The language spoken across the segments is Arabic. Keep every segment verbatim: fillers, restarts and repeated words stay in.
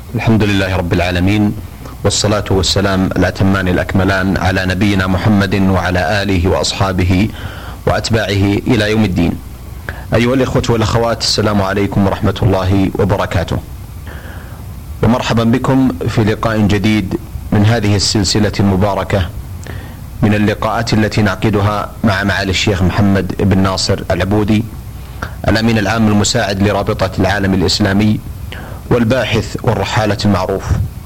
الحمد لله رب العالمين، والصلاة والسلام الأتمان الأكملان على نبينا محمد وعلى آله وأصحابه وأتباعه إلى يوم الدين. أيها الإخوة والأخوات، السلام عليكم ورحمة الله وبركاته، ومرحبا بكم في لقاء جديد من هذه السلسلة المباركة من اللقاءات التي نعقدها مع معالي الشيخ محمد بن ناصر العبودي، الأمين العام المساعد لرابطة العالم الإسلامي والباحث والرحالة المعروف.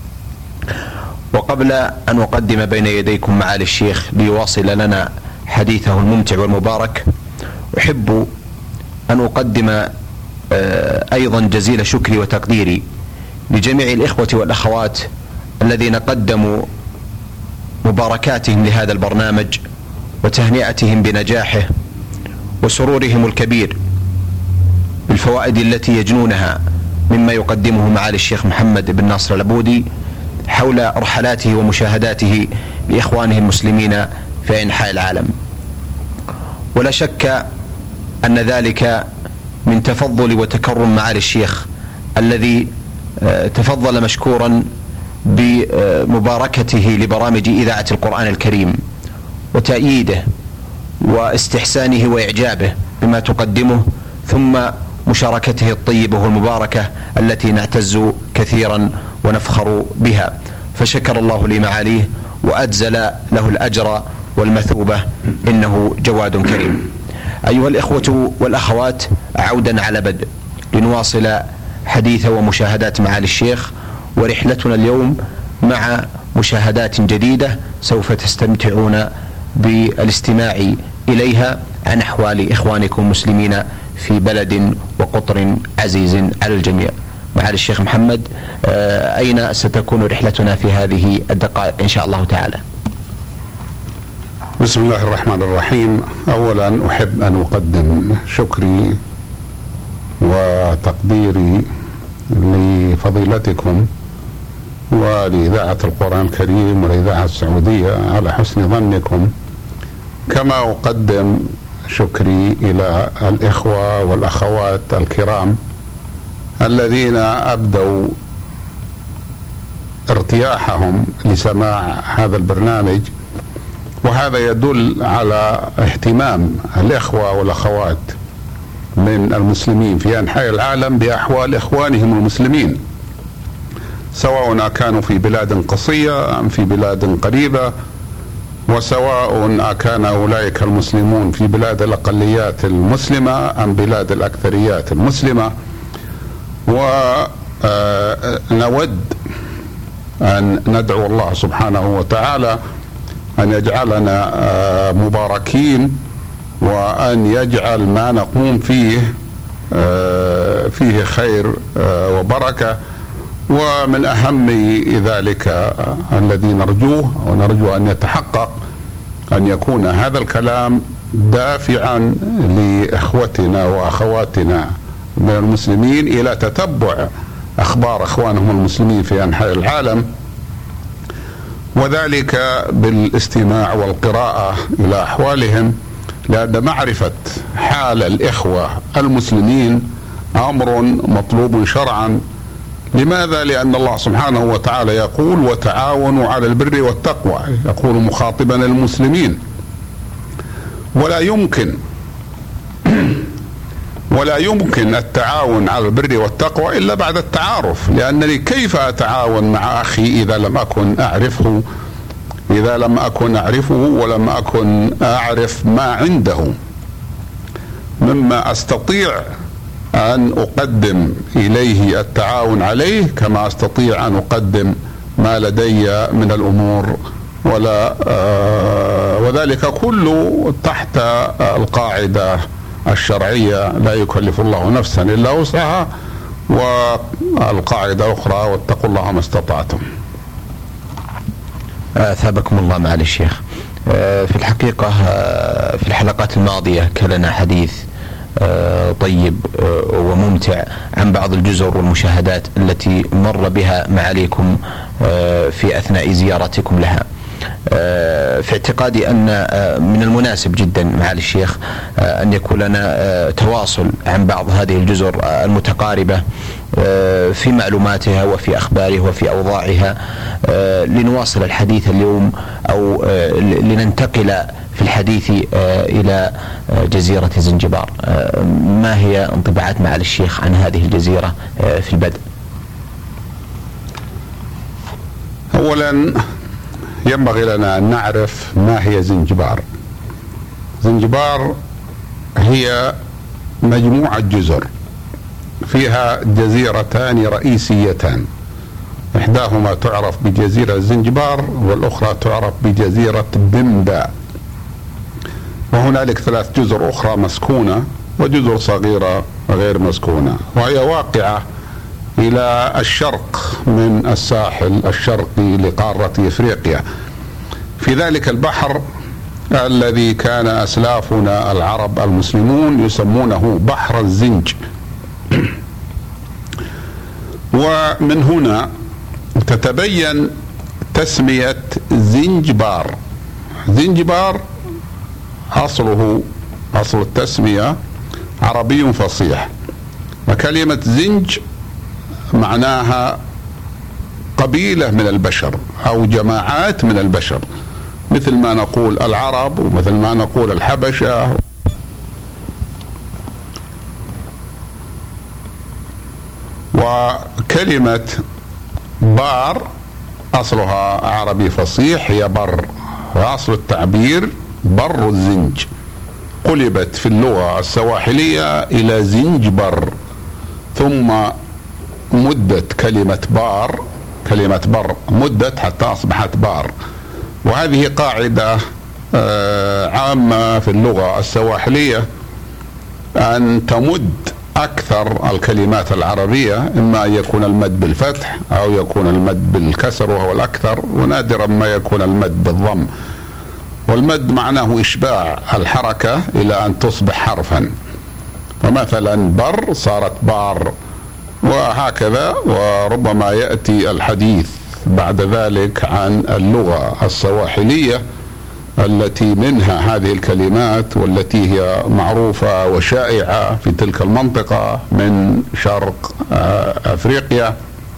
وقبل أن أقدم بين يديكم معالي الشيخ ليواصل لنا حديثه الممتع والمبارك، أحب أن أقدم أيضا جزيل شكري وتقديري لجميع الإخوة والأخوات الذين قدموا مباركاتهم لهذا البرنامج وتهنئتهم بنجاحه وسرورهم الكبير بالفوائد التي يجنونها مما يقدمه معالي الشيخ محمد بن ناصر العبودي حول رحلاته ومشاهداته لإخوانه المسلمين في أنحاء العالم. ولا شك أن ذلك من تفضل وتكرم معالي الشيخ الذي تفضل مشكورا بمباركته لبرامج إذاعة القرآن الكريم وتأييده واستحسانه وإعجابه بما تقدمه، ثم مشاركته الطيبة والمباركة التي نعتز كثيرا ونفخر بها، فشكر الله لمعاليه وأجزل له الأجر والمثوبة، إنه جواد كريم. أيها الإخوة والأخوات، عودا على بدء لنواصل حديث ومشاهدات معالي الشيخ، ورحلتنا اليوم مع مشاهدات جديدة سوف تستمتعون بالاستماع إليها عن أحوال إخوانكم المسلمين في بلد وقطر عزيز على الجميع. معالي الشيخ محمد، أين ستكون رحلتنا في هذه الدقائق إن شاء الله تعالى؟ بسم الله الرحمن الرحيم. أولا أحب أن أقدم شكري وتقديري لفضيلتكم ولإذاعة القرآن الكريم والإذاعة السعودية على حسن ظنكم، كما أقدم شكري إلى الإخوة والأخوات الكرام الذين أبدوا ارتياحهم لسماع هذا البرنامج، وهذا يدل على اهتمام الإخوة والأخوات من المسلمين في أنحاء العالم بأحوال إخوانهم المسلمين، سواء كانوا في بلاد قصية أم في بلاد قريبة، وسواء كان أولئك المسلمون في بلاد الأقليات المسلمة أم بلاد الأكثريات المسلمة. ونود أن ندعو الله سبحانه وتعالى أن يجعلنا مباركين، وأن يجعل ما نقوم فيه فيه خير وبركة. ومن أهم ذلك الذي نرجوه ونرجو أن يتحقق أن يكون هذا الكلام دافعا لإخوتنا وأخواتنا من المسلمين إلى تتبع أخبار إخوانهم المسلمين في أنحاء العالم، وذلك بالاستماع والقراءة إلى أحوالهم، لأن معرفة حال الإخوة المسلمين أمر مطلوب شرعا. لماذا؟ لأن الله سبحانه وتعالى يقول: وتعاونوا على البر والتقوى، يقول مخاطبا المسلمين. ولا يمكن ولا يمكن التعاون على البر والتقوى إلا بعد التعارف، لأنني كيف أتعاون مع أخي إذا لم أكن أعرفه إذا لم أكن أعرفه ولم أكن أعرف ما عنده مما أستطيع أن أقدم إليه التعاون عليه، كما أستطيع أن أقدم ما لدي من الأمور، ولا آه وذلك كله تحت القاعدة الشرعية: لا يكلف الله نفسا إلا وسعها، والقاعدة الأخرى: واتقوا الله ما استطعتم. أثابكم الله معالي الشيخ. في الحقيقة في الحلقات الماضية كان لنا حديث طيب وممتع عن بعض الجزر والمشاهدات التي مر بها معاليكم في أثناء زيارتكم لها. في اعتقادي أن من المناسب جدا معالي الشيخ أن يكون لنا تواصل عن بعض هذه الجزر المتقاربة في معلوماتها وفي أخبارها وفي أوضاعها. لنواصل الحديث اليوم أو لننتقل في الحديث إلى جزيرة زنجبار. ما هي انطباعات معالي الشيخ عن هذه الجزيرة في البدء؟ أولا ينبغي لنا أن نعرف ما هي زنجبار. زنجبار هي مجموعة جزر فيها جزيرتان رئيسيتان، إحداهما تعرف بجزيرة زنجبار والأخرى تعرف بجزيرة بمبا، وهنالك ثلاث جزر أخرى مسكونة وجزر صغيرة غير مسكونة، وهي واقعة إلى الشرق من الساحل الشرقي لقارة إفريقيا، في ذلك البحر الذي كان أسلافنا العرب المسلمون يسمونه بحر الزنج. ومن هنا تتبين تسمية زنجبار. زنجبار أصله أصل التسمية عربي فصيح، وكلمة زنج معناها قبيلة من البشر أو جماعات من البشر، مثل ما نقول العرب ومثل ما نقول الحبشة. وكلمة بار أصلها عربي فصيح هي بر، وأصل التعبير بر الزنج، قلبت في اللغة السواحلية إلى زنجبر، ثم مدت كلمة بار، كلمة بر مدت حتى أصبحت بار. وهذه قاعدة عامة في اللغة السواحلية، أن تمد أكثر الكلمات العربية، إما أن يكون المد بالفتح أو يكون المد بالكسر وهو الأكثر، ونادرا ما يكون المد بالضم. والمد معناه إشباع الحركة إلى أن تصبح حرفا، فمثلا بر صارت بار، وهكذا. وربما يأتي الحديث بعد ذلك عن اللغة السواحلية التي منها هذه الكلمات، والتي هي معروفة وشائعة في تلك المنطقة من شرق أفريقيا.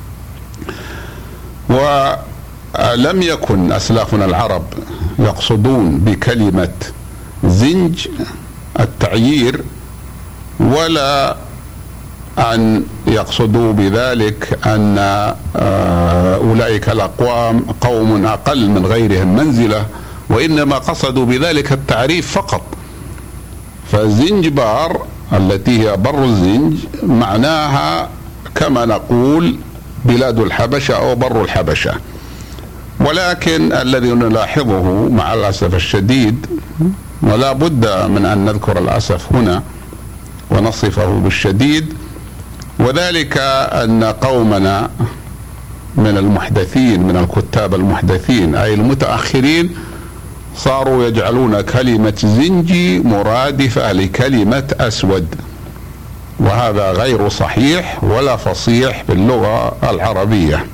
ولم يكن أسلافنا العرب يقصدون بكلمة زنج التعيير، ولا أن يقصدوا بذلك أن أولئك الأقوام قوم أقل من غيرهم منزلة، وإنما قصدوا بذلك التعريف فقط. فزنجبار التي هي بر الزنج معناها كما نقول بلاد الحبشة أو بر الحبشة. ولكن الذي نلاحظه مع الأسف الشديد، ولا بد من أن نذكر الأسف هنا ونصفه بالشديد، وذلك أن قومنا من المحدثين، من الكتاب المحدثين أي المتأخرين، صاروا يجعلون كلمة زنجي مرادفة لكلمة أسود، وهذا غير صحيح ولا فصيح باللغة العربية،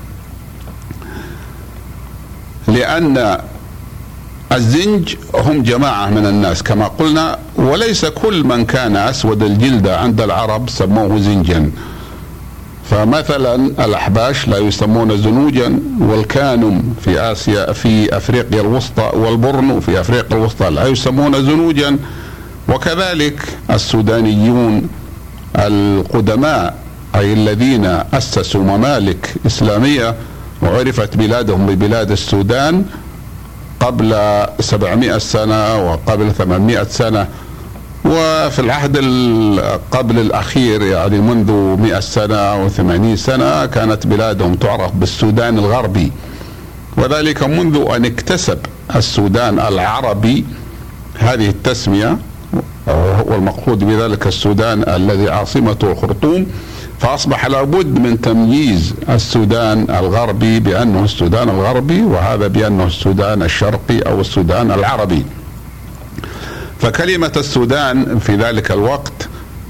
لأن الزنج هم جماعة من الناس كما قلنا، وليس كل من كان أسود الجلد عند العرب سموه زنجا. فمثلا الأحباش لا يسمون زنوجا، والكانم في آسيا في أفريقيا الوسطى والبرنو في أفريقيا الوسطى لا يسمون زنوجا. وكذلك السودانيون القدماء أي الذين أسسوا ممالك إسلامية وعرفت بلادهم ببلاد السودان قبل سبعمائة سنة وقبل ثمانمائة سنة، وفي العهد قبل الأخير يعني منذ مئة سنة أو ثمانين سنة كانت بلادهم تعرف بالسودان الغربي، وذلك منذ أن اكتسب السودان العربي هذه التسمية، والمقصود بذلك السودان الذي عاصمته الخرطوم، فأصبح لابد من تمييز السودان الغربي بأنه السودان الغربي، وهذا بأنه السودان الشرقي أو السودان العربي. فكلمة السودان في ذلك الوقت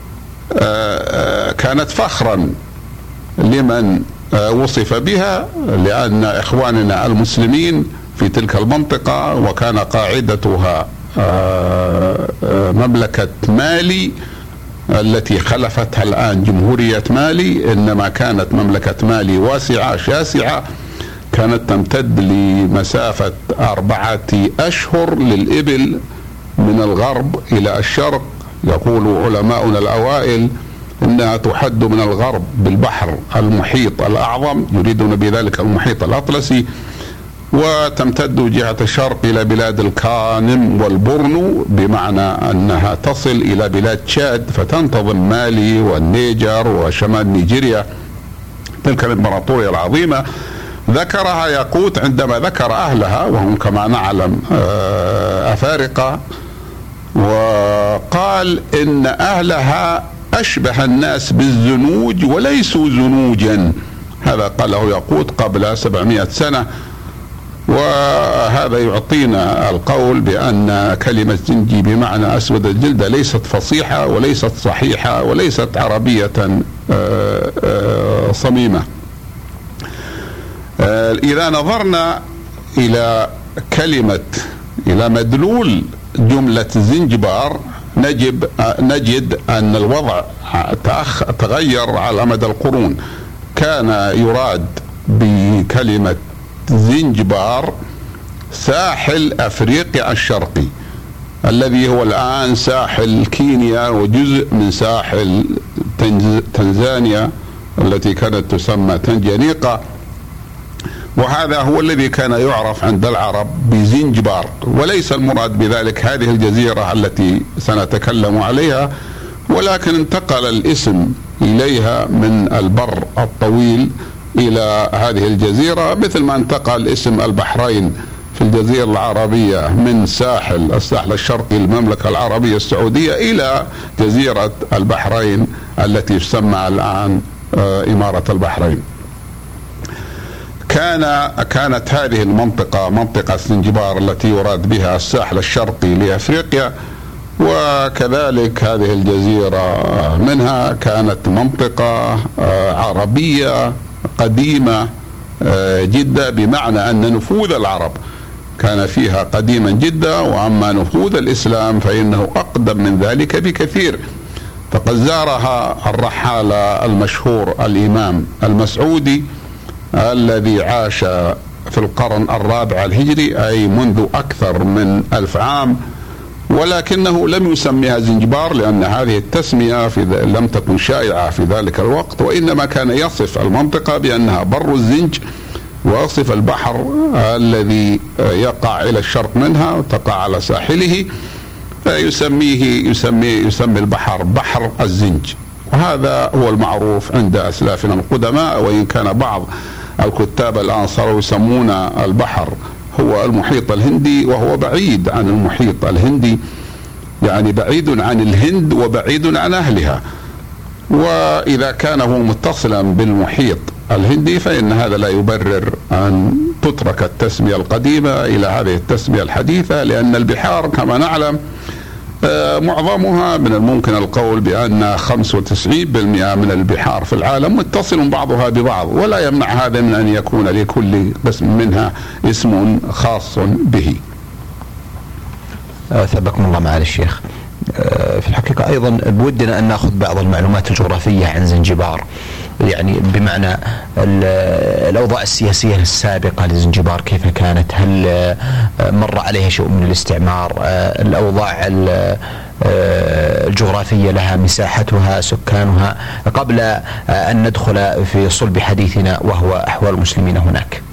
كانت فخرا لمن وصف بها، لأن إخواننا المسلمين في تلك المنطقة وكان قاعدتها مملكة مالي التي خلفتها الآن جمهورية مالي، إنما كانت مملكة مالي واسعة شاسعة، كانت تمتد لمسافة أربعة أشهر للإبل من الغرب إلى الشرق. يقول علماؤنا الأوائل إنها تحد من الغرب بالبحر المحيط الأعظم، يريدون بذلك المحيط الأطلسي، وتمتد جهة الشرق إلى بلاد الكانم والبورنو، بمعنى أنها تصل إلى بلاد تشاد فتنتظم مالي والنيجر وشمال نيجيريا، تلك الإمبراطورية العظيمة. ذكرها ياقوت عندما ذكر أهلها وهم كما نعلم أفارقة، وقال إن أهلها أشبه الناس بالزنوج وليسوا زنوجا. هذا قاله ياقوت قبل سبعمائة سنة، وهذا يعطينا القول بأن كلمة زنجي بمعنى أسود الجلد ليست فصيحة وليست صحيحة وليست عربية صميمة. إذا نظرنا إلى كلمة إلى مدلول جملة زنجبار نجد نجد أن الوضع تغير على مدى القرون. كان يراد بكلمة زنجبار ساحل أفريقيا الشرقي الذي هو الآن ساحل كينيا وجزء من ساحل تنزانيا التي كانت تسمى تنجانيقا، وهذا هو الذي كان يعرف عند العرب بزنجبار، وليس المراد بذلك هذه الجزيرة التي سنتكلم عليها، ولكن انتقل الاسم إليها من البر الطويل إلى هذه الجزيرة، مثل ما انتقل اسم البحرين في الجزيرة العربية من ساحل الساحل الشرقي المملكة العربية السعودية إلى جزيرة البحرين التي تسمى الآن إمارة البحرين. كان كانت هذه المنطقة منطقة زنجبار التي يراد بها الساحل الشرقي لأفريقيا، وكذلك هذه الجزيرة منها كانت منطقة عربية قديمة جدا، بمعنى أن نفوذ العرب كان فيها قديما جدا، وأما نفوذ الإسلام فإنه أقدم من ذلك بكثير. فقد زارها الرحالة المشهور الإمام المسعودي الذي عاش في القرن الرابع الهجري، أي منذ أكثر من ألف عام، ولكنه لم يسميها زنجبار لأن هذه التسمية في لم تكن شائعة في ذلك الوقت، وإنما كان يصف المنطقة بأنها بر الزنج، ويصف البحر الذي يقع إلى الشرق منها وتقع على ساحله، فيسميه يسمي يسمي البحر بحر الزنج. وهذا هو المعروف عند أسلافنا القدماء، وإن كان بعض الكتاب الآن صاروا يسمون البحر هو المحيط الهندي، وهو بعيد عن المحيط الهندي، يعني بعيد عن الهند وبعيد عن أهلها. وإذا كان هو متصلا بالمحيط الهندي فإن هذا لا يبرر أن تترك التسمية القديمة إلى هذه التسمية الحديثة، لأن البحار كما نعلم معظمها من الممكن القول بأن خمسة وتسعين بالمئة من البحار في العالم متصل بعضها ببعض، ولا يمنع هذا من أن يكون لكل قسم منها اسم خاص به. ثبكم الله معالي الشيخ. في الحقيقة أيضا بودنا أن نأخذ بعض المعلومات الجغرافية عن زنجبار، يعني بمعنى الأوضاع السياسية السابقة لزنجبار كيف كانت، هل مر عليها شيء من الاستعمار، الأوضاع الجغرافية لها، مساحتها، سكانها، قبل أن ندخل في صلب حديثنا وهو أحوال المسلمين هناك.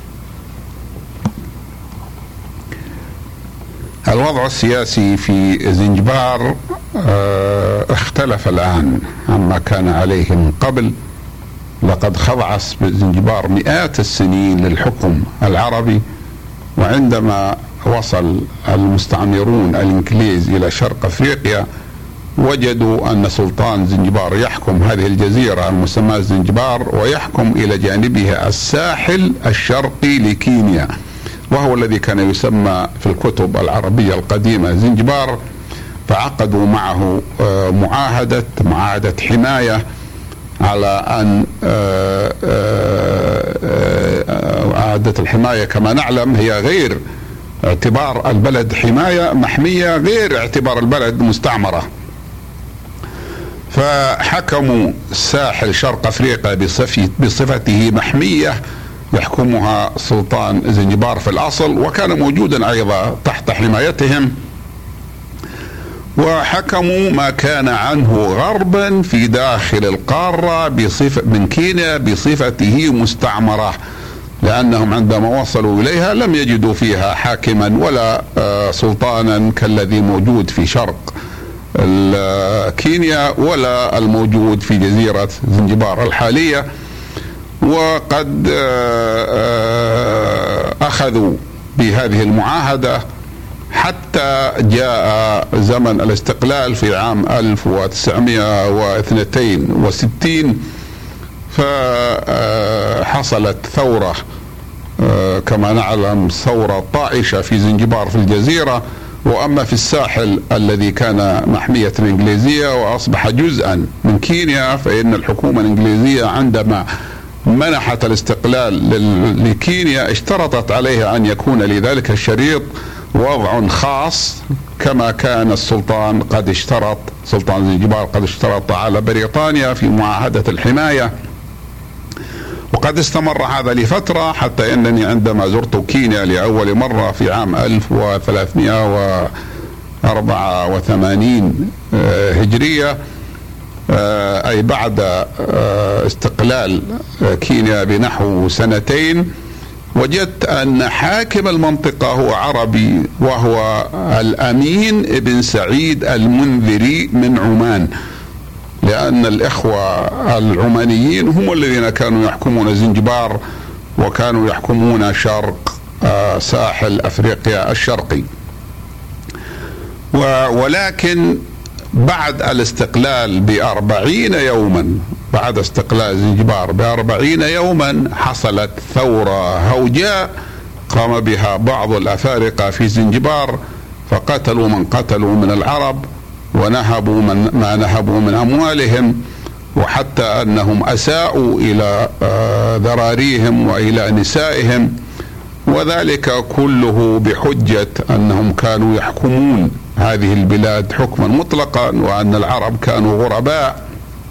الوضع السياسي في زنجبار اختلف الآن عما كان عليه من قبل. لقد خضع زنجبار مئات السنين للحكم العربي، وعندما وصل المستعمرون الإنجليز إلى شرق أفريقيا وجدوا أن سلطان زنجبار يحكم هذه الجزيرة المسماة زنجبار، ويحكم إلى جانبها الساحل الشرقي لكينيا، وهو الذي كان يسمى في الكتب العربية القديمة زنجبار. فعقدوا معه معاهدة معاهدة حماية على أن معاهدة الحماية كما نعلم هي غير اعتبار البلد حماية محمية، غير اعتبار البلد مستعمرة. فحكموا ساحل شرق افريقيا بصفته محمية يحكمها سلطان زنجبار في الاصل، وكان موجودا ايضا تحت حمايتهم، وحكموا ما كان عنه غربا في داخل القارة بصفة من كينيا بصفته مستعمرة، لأنهم عندما وصلوا إليها لم يجدوا فيها حاكما ولا سلطانا كالذي موجود في شرق كينيا ولا الموجود في جزيرة زنجبار الحالية. وقد أخذوا بهذه المعاهدة حتى جاء زمن الاستقلال في عام ألف وتسعمائة واثنين وستين، فحصلت ثورة كما نعلم، ثورة طائشة في زنجبار في الجزيرة. وأما في الساحل الذي كان محمية إنجليزية وأصبح جزءا من كينيا، فإن الحكومة الإنجليزية عندما منحت الاستقلال لكينيا اشترطت عليها أن يكون لذلك الشريط وضع خاص، كما كان السلطان قد اشترط سلطان زنجبار قد اشترط على بريطانيا في معاهدة الحماية. وقد استمر هذا لفترة، حتى أنني عندما زرت كينيا لأول مرة في عام ألف وثلاثمائة وأربعة وثمانين هجرية، أي بعد استقلال كينيا بنحو سنتين، وجدت أن حاكم المنطقة هو عربي، وهو الأمين ابن سعيد المنذري من عمان، لأن الإخوة العمانيين هم الذين كانوا يحكمون زنجبار وكانوا يحكمون شرق ساحل أفريقيا الشرقي. ولكن بعد الاستقلال بأربعين يوما بعد استقلال زنجبار بأربعين يوما حصلت ثورة هوجاء قام بها بعض الأفارقة في زنجبار، فقتلوا من قتلوا من العرب ونهبوا من ما نهبوا من أموالهم، وحتى أنهم أساءوا إلى ذراريهم وإلى نسائهم، وذلك كله بحجة أنهم كانوا يحكمون هذه البلاد حكما مطلقا، وأن العرب كانوا غرباء.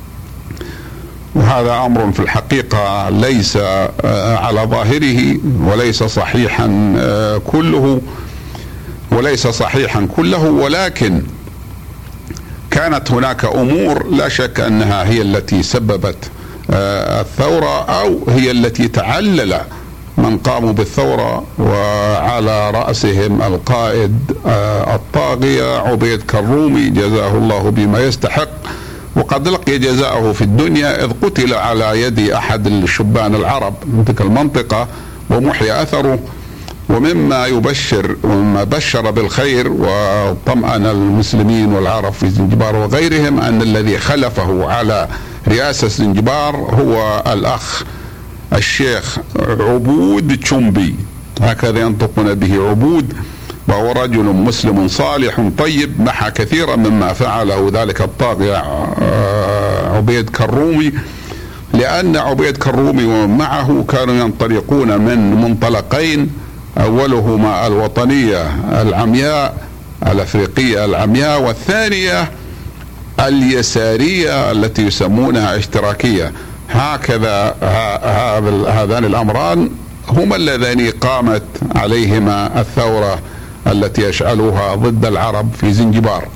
وهذا أمر في الحقيقة ليس على ظاهره وليس صحيحا كله وليس صحيحا كله ولكن كانت هناك أمور لا شك أنها هي التي سببت الثورة، أو هي التي تعلل من قاموا بالثورة، وعلى رأسهم القائد الطاغية عبيد كرومي جزاه الله بما يستحق، وقد لقي جزاءه في الدنيا إذ قتل على يد أحد الشبان العرب من تلك المنطقة ومحي أثره. ومما يبشر ومما بشر بالخير وطمأن المسلمين والعرب في زنجبار وغيرهم أن الذي خلفه على رئاسة زنجبار هو الأخ الشيخ عبود تشومبي، هكذا ينطقون به عبود، وهو رجل مسلم صالح طيب محى كثيرا مما فعله ذلك الطاغية عبيد كرومي، لأن عبيد كرومي ومعه كانوا ينطلقون من منطلقين، أولهما الوطنية العمياء الأفريقية العمياء، والثانية اليسارية التي يسمونها اشتراكية. هكذا هذان الأمران هما اللذان قامت عليهما الثورة التي يشعلوها ضد العرب في زنجبار.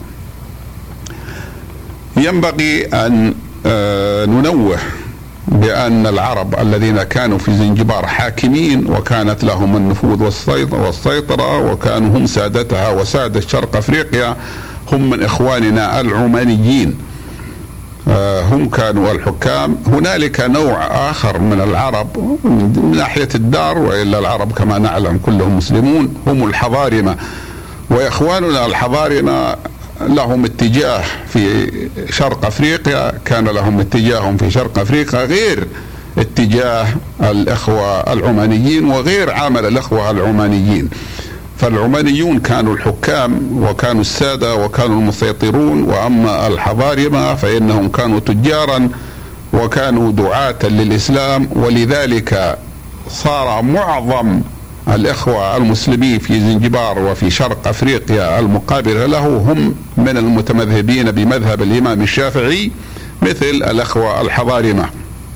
ينبغي أن ننوه بأن العرب الذين كانوا في زنجبار حاكمين وكانت لهم النفوذ والسيطرة وكانوا هم سادتها وسادة شرق أفريقيا هم من إخواننا العمانيين، هم كانوا الحكام. هنالك نوع آخر من العرب من ناحية الدار، وإلا العرب كما نعلم كلهم مسلمون، هم الحضارمة، وإخواننا الحضارمة لهم اتجاه في شرق أفريقيا، كان لهم اتجاههم في شرق أفريقيا غير اتجاه الإخوة العمانيين وغير عمل الإخوة العمانيين. فالعمانيون كانوا الحكام وكانوا السادة وكانوا المسيطرون، وأما الحضارمة فإنهم كانوا تجارا وكانوا دعاة للإسلام، ولذلك صار معظم الإخوة المسلمين في زنجبار وفي شرق أفريقيا المقابلة له هم من المتمذهبين بمذهب الإمام الشافعي، مثل الأخوة الحضارمة.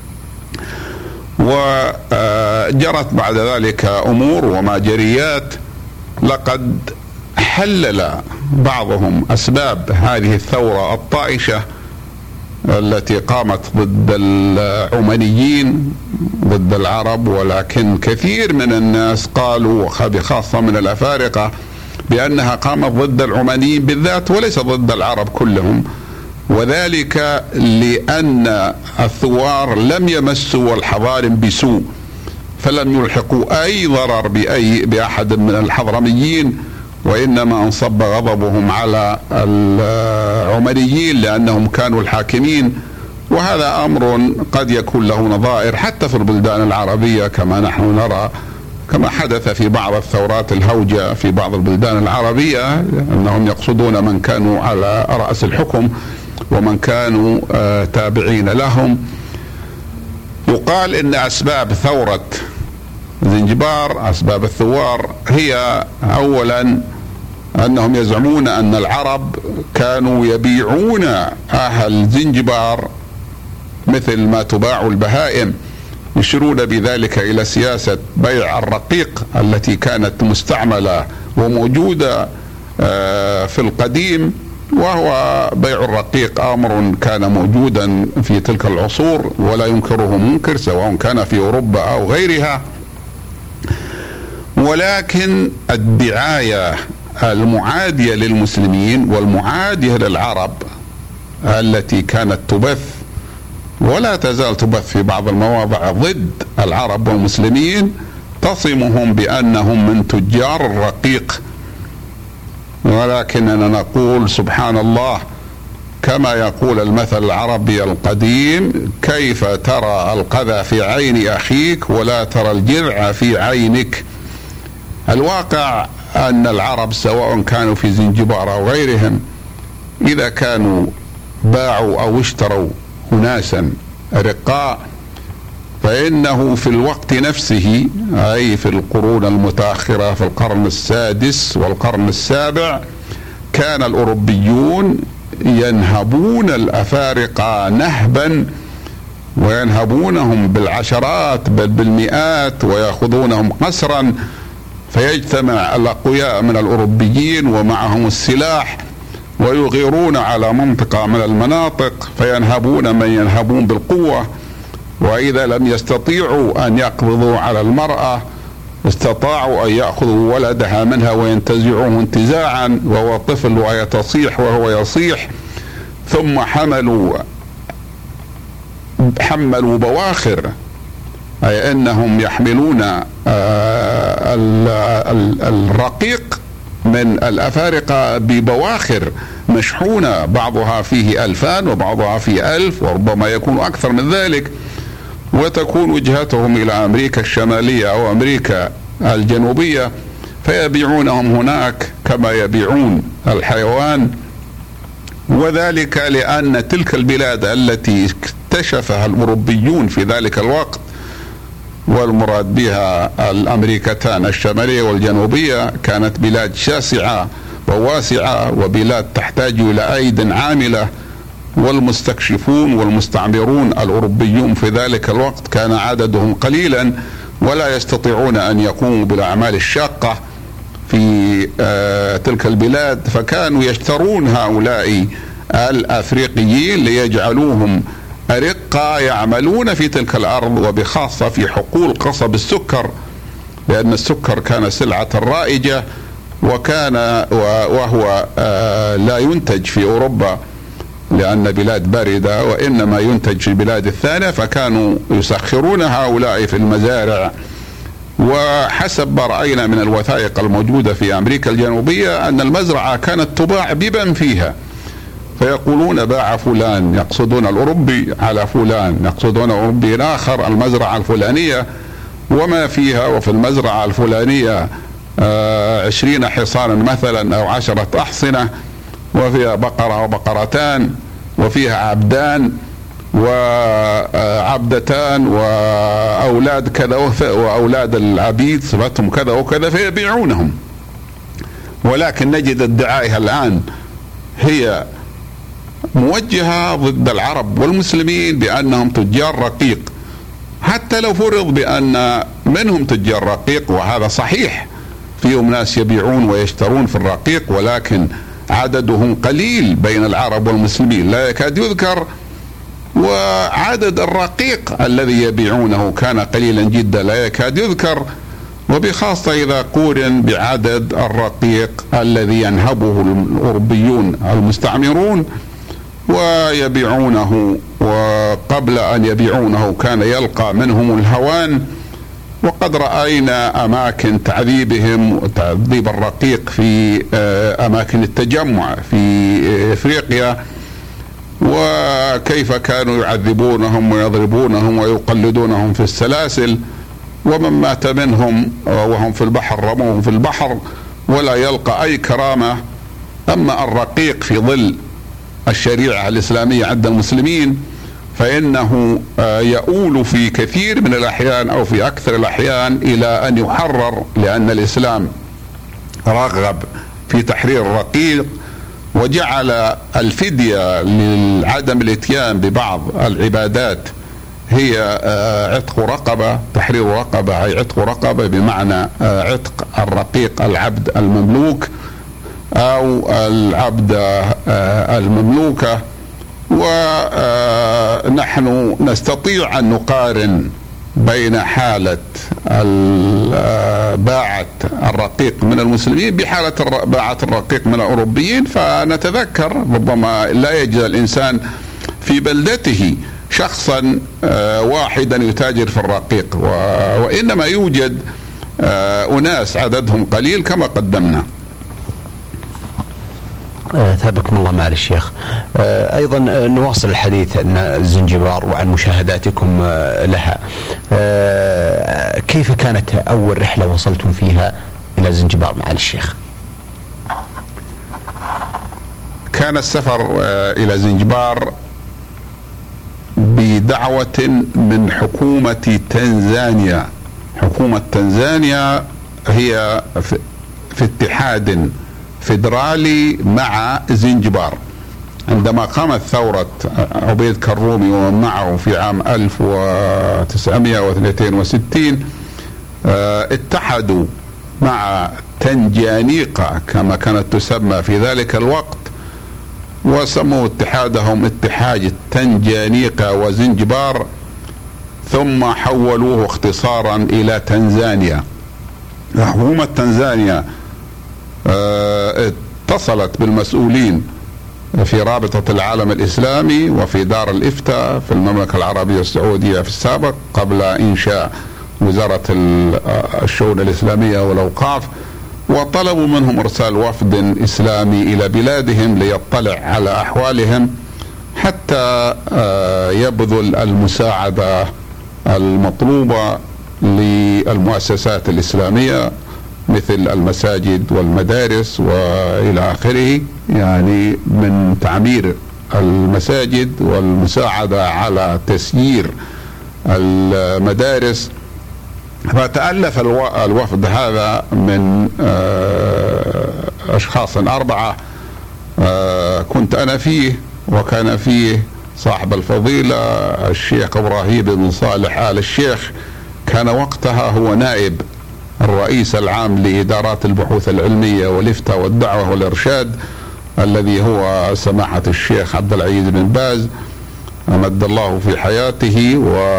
وجرت بعد ذلك أمور وماجريات، لقد حلل بعضهم أسباب هذه الثورة الطائشة التي قامت ضد العمانيين ضد العرب، ولكن كثير من الناس قالوا وبخاصة من الأفارقة بأنها قامت ضد العمانيين بالذات وليس ضد العرب كلهم، وذلك لأن الثوار لم يمسوا الحضارم بسوء، فلم يلحقوا أي ضرر بأي بأحد من الحضرميين، وإنما انصب غضبهم على العمانيين لأنهم كانوا الحاكمين. وهذا أمر قد يكون له نظائر حتى في البلدان العربية كما نحن نرى، كما حدث في بعض الثورات الهوجة في بعض البلدان العربية، أنهم يقصدون من كانوا على رأس الحكم ومن كانوا تابعين لهم. يقال إن أسباب ثورة زنجبار، أسباب الثوار، هي أولا أنهم يزعمون أن العرب كانوا يبيعون أهل زنجبار مثل ما تباع البهائم، يشيرون بذلك إلى سياسة بيع الرقيق التي كانت مستعملة وموجودة في القديم، وهو بيع الرقيق أمر كان موجودا في تلك العصور ولا ينكره منكر سواء كان في أوروبا أو غيرها. ولكن الدعاية المعادية للمسلمين والمعادية للعرب التي كانت تبث ولا تزال تبث في بعض المواضع ضد العرب والمسلمين تصمهم بأنهم من تجار الرقيق. ولكننا نقول سبحان الله، كما يقول المثل العربي القديم: كيف ترى القذى في عين أخيك ولا ترى الجذع في عينك. الواقع أن العرب سواء كانوا في زنجبار أو غيرهم إذا كانوا باعوا أو اشتروا أناسا رقاء فإنه في الوقت نفسه، أي في القرون المتأخرة في القرن السادس والقرن السابع، كان الأوروبيون ينهبون الأفارقة نهبا، وينهبونهم بالعشرات بل بالمئات، ويأخذونهم قسرا، فيجتمع الأقوياء من الأوروبيين ومعهم السلاح ويغيرون على منطقة من المناطق فينهبون من ينهبون بالقوة، وإذا لم يستطيعوا أن يقبضوا على المرأة استطاعوا أن يأخذوا ولدها منها وينتزعوه انتزاعا وهو طفل وهي تصيح وهو يصيح، ثم حملوا حملوا بواخر، أي أنهم يحملون الرقيق من الأفارقة ببواخر مشحونة، بعضها فيه ألفان وبعضها فيه ألف وربما يكون أكثر من ذلك، وتكون وجهتهم إلى أمريكا الشمالية أو أمريكا الجنوبية، فيبيعونهم هناك كما يبيعون الحيوان. وذلك لأن تلك البلاد التي اكتشفها الأوروبيون في ذلك الوقت، والمراد بها الأمريكتان الشمالية والجنوبية، كانت بلاد شاسعة وواسعة وبلاد تحتاج إلى أيد عاملة، والمستكشفون والمستعمرون الأوروبيون في ذلك الوقت كان عددهم قليلا ولا يستطيعون أن يقوموا بالأعمال الشاقة في آه تلك البلاد، فكانوا يشترون هؤلاء الأفريقيين ليجعلوهم أرقة يعملون في تلك الأرض، وبخاصة في حقول قصب السكر، لأن السكر كان سلعة رائجة وكان وهو آه لا ينتج في أوروبا لأن بلاد باردة، وإنما ينتج في البلاد الثانية، فكانوا يسخرون هؤلاء في المزارع. وحسب ما رأينا من الوثائق الموجودة في أمريكا الجنوبية أن المزرعة كانت تباع بمن فيها، فيقولون باع فلان، يقصدون الأوروبي على فلان، يقصدون أوروبي آخر المزرعة الفلانية وما فيها، وفي المزرعة الفلانية عشرين حصانا مثلا أو عشرة أحصنة، وفيها بقرة وبقرتان، وفيها عبدان وعبدتان وأولاد كذا وأولاد العبيد صفتهم كذا وكذا، فيبيعونهم. ولكن نجد الدعاية الآن هي موجهة ضد العرب والمسلمين بأنهم تجار رقيق، حتى لو فرض بأن منهم تجار رقيق، وهذا صحيح، فيهم ناس يبيعون ويشترون في الرقيق، ولكن عددهم قليل بين العرب والمسلمين لا يكاد يذكر، وعدد الرقيق الذي يبيعونه كان قليلا جدا لا يكاد يذكر، وبخاصة إذا قورن بعدد الرقيق الذي ينهبه الأوروبيون المستعمرون ويبيعونه، وقبل أن يبيعونه كان يلقى منهم الهوان. وقد رأينا أماكن تعذيبهم وتعذيب الرقيق في أماكن التجمع في إفريقيا، وكيف كانوا يعذبونهم ويضربونهم ويقلدونهم في السلاسل، ومن مات منهم وهم في البحر رموهم في البحر ولا يلقى أي كرامة. أما الرقيق في ظل الشريعة الإسلامية عند المسلمين فإنه يؤول في كثير من الأحيان أو في أكثر الأحيان إلى أن يحرر، لأن الإسلام رغب في تحرير الرقيق، وجعل الفدية لعدم الاتيان ببعض العبادات هي عتق رقبة. تحرير رقبة أي عتق رقبة بمعنى عتق الرقيق العبد المملوك أو العبد المملوكة. ونحن نستطيع أن نقارن بين حالة باعة الرقيق من المسلمين بحالة باعة الرقيق من الأوروبيين، فنتذكر ربما لا يجد الإنسان في بلدته شخصا واحدا يتاجر في الرقيق، وإنما يوجد أناس عددهم قليل كما قدمنا. ثابكم الله معالي الشيخ. أيضا نواصل الحديث عن الزنجبار وعن مشاهداتكم لها. كيف كانت أول رحلة وصلتم فيها إلى الزنجبار معالي الشيخ؟ كان السفر إلى زنجبار بدعوة من حكومة تنزانيا. حكومة تنزانيا هي في اتحاد فيدرالي مع زنجبار. عندما قامت ثورة عبيد كرومي ومن معه في عام ألف وتسعمائة واثنين وستين اتحدوا مع تنجانيقا كما كانت تسمى في ذلك الوقت، وسموا اتحادهم اتحاد تنجانيقا وزنجبار، ثم حولوه اختصارا إلى تنزانيا. حكومة تنزانيا اتصلت بالمسؤولين في رابطة العالم الإسلامي وفي دار الإفتاء في المملكة العربية السعودية في السابق قبل إنشاء وزارة الشؤون الإسلامية والأوقاف، وطلبوا منهم إرسال وفد إسلامي إلى بلادهم ليطلع على أحوالهم حتى يبذل المساعدة المطلوبة للمؤسسات الإسلامية مثل المساجد والمدارس وإلى آخره، يعني من تعمير المساجد والمساعدة على تسيير المدارس. فتألف الوفد هذا من أشخاص أربعة كنت أنا فيه، وكان فيه صاحب الفضيلة الشيخ إبراهيم بن صالح آل الشيخ، كان وقتها هو نائب الرئيس العام لإدارات البحوث العلمية والإفتاء والدعوة والإرشاد، الذي هو سماحة الشيخ عبد العزيز بن باز أمد الله في حياته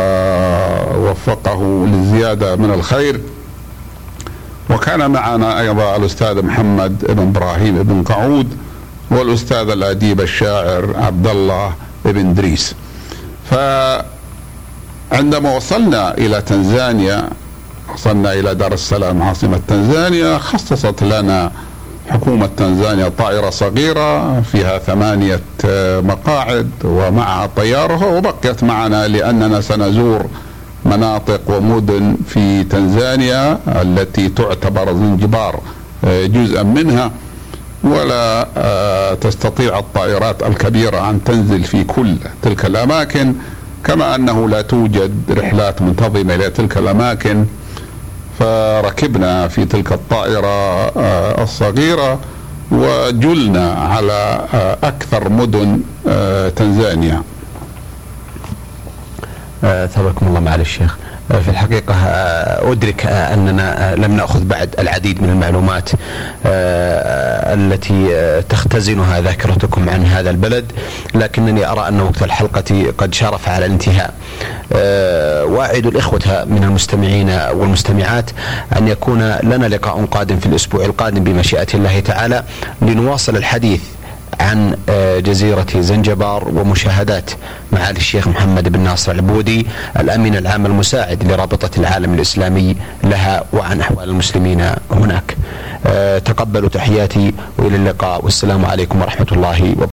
ووفقه للزيادة من الخير. وكان معنا أيضا الأستاذ محمد بن إبراهيم بن قعود والأستاذ الأديب الشاعر عبد الله بن دريس. فعندما وصلنا إلى تنزانيا، وصلنا إلى دار السلام عاصمة تنزانيا، خصصت لنا حكومة تنزانيا طائرة صغيرة فيها ثمانية مقاعد ومعها طيارها، وبقيت معنا لأننا سنزور مناطق ومدن في تنزانيا التي تعتبر زنجبار جزءا منها، ولا تستطيع الطائرات الكبيرة أن تنزل في كل تلك الأماكن، كما أنه لا توجد رحلات منتظمة إلى تلك الأماكن. فركبنا في تلك الطائرة الصغيرة وجلنا على أكثر مدن تنزانيا. ثابكم الله معالي الشيخ. في الحقيقة أدرك أننا لم نأخذ بعد العديد من المعلومات التي تختزنها ذاكرتكم عن هذا البلد، لكنني أرى أن وقت الحلقة قد شرف على الانتهاء. وأعد الإخوة من المستمعين والمستمعات أن يكون لنا لقاء قادم في الأسبوع القادم بمشيئة الله تعالى لنواصل الحديث عن جزيرة زنجبار ومشاهدات معالي الشيخ محمد بن ناصر العبودي الأمين العام المساعد لرابطة العالم الإسلامي لها وعن أحوال المسلمين هناك. تقبلوا تحياتي وإلى اللقاء، والسلام عليكم ورحمة الله وبركاته.